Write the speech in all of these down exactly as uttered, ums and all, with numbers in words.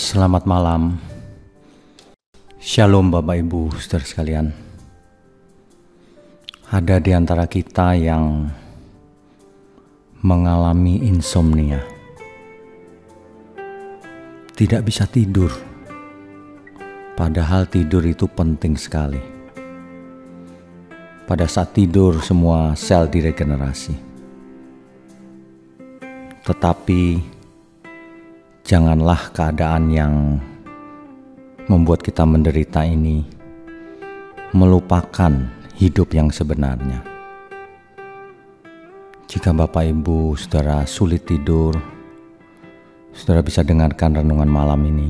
Selamat malam. Shalom Bapak Ibu saudara sekalian. Ada di antara kita yang mengalami insomnia. Tidak bisa tidur. Padahal tidur itu penting sekali. Pada saat tidur semua sel diregenerasi. Tetapi janganlah keadaan yang membuat kita menderita ini melupakan hidup yang sebenarnya. Jika Bapak Ibu saudara sulit tidur, saudara bisa dengarkan renungan malam ini.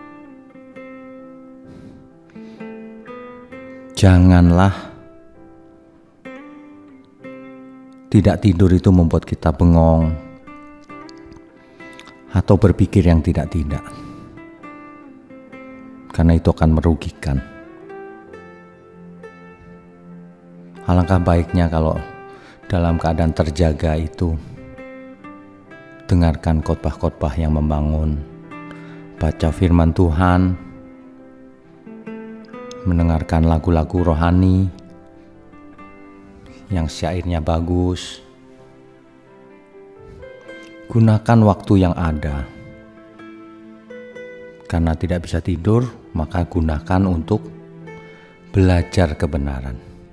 Janganlah tidak tidur itu membuat kita bengong atau berpikir yang tidak-tidak, karena itu akan merugikan. Alangkah baiknya kalau dalam keadaan terjaga itu dengarkan khotbah-khotbah yang membangun, baca firman Tuhan, mendengarkan lagu-lagu rohani yang syairnya bagus. Gunakan waktu yang ada. Karena tidak bisa tidur, maka gunakan untuk belajar kebenaran.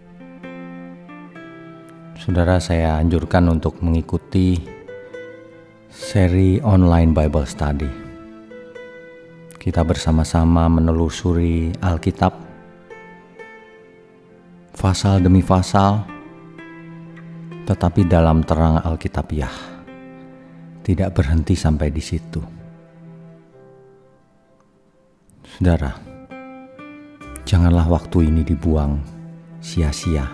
Saudara, saya anjurkan untuk mengikuti seri online Bible Study. Kita bersama-sama menelusuri Alkitab, pasal demi pasal, tetapi dalam terang Alkitabiah. Tidak berhenti sampai di situ. Saudara, janganlah waktu ini dibuang sia-sia.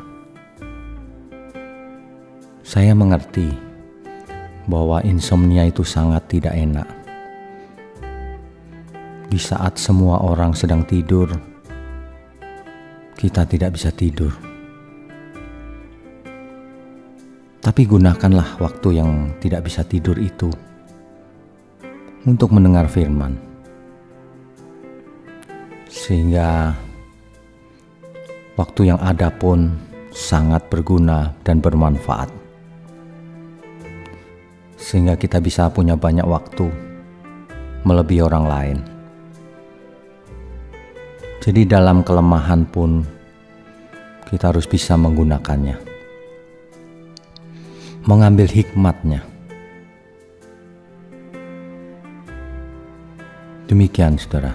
Saya mengerti bahwa insomnia itu sangat tidak enak. Di saat semua orang sedang tidur, kita tidak bisa tidur. Tapi gunakanlah waktu yang tidak bisa tidur itu untuk mendengar firman. Sehingga waktu yang ada pun sangat berguna dan bermanfaat. Sehingga kita bisa punya banyak waktu melebihi orang lain. Jadi dalam kelemahan pun kita harus bisa menggunakannya. Mengambil hikmatnya. Demikian saudara.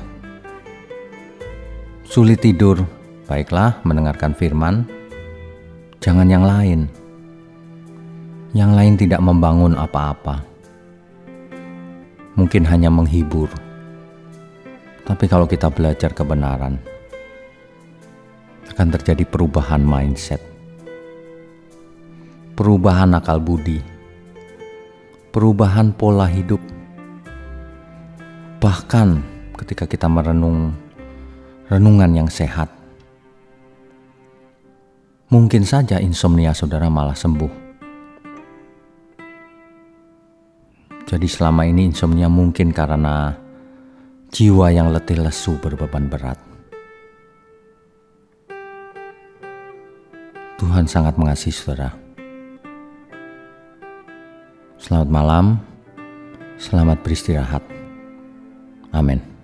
Sulit tidur, baiklah mendengarkan firman. Jangan yang lain. Yang lain tidak membangun apa-apa. Mungkin hanya menghibur. Tapi kalau kita belajar kebenaran, akan terjadi perubahan mindset. Perubahan akal budi, perubahan pola hidup. Bahkan ketika kita merenung renungan yang sehat, mungkin saja insomnia saudara malah sembuh. Jadi selama ini insomnia mungkin karena jiwa yang letih lesu berbeban berat. Tuhan sangat mengasihi saudara. Selamat malam, selamat beristirahat. Amin.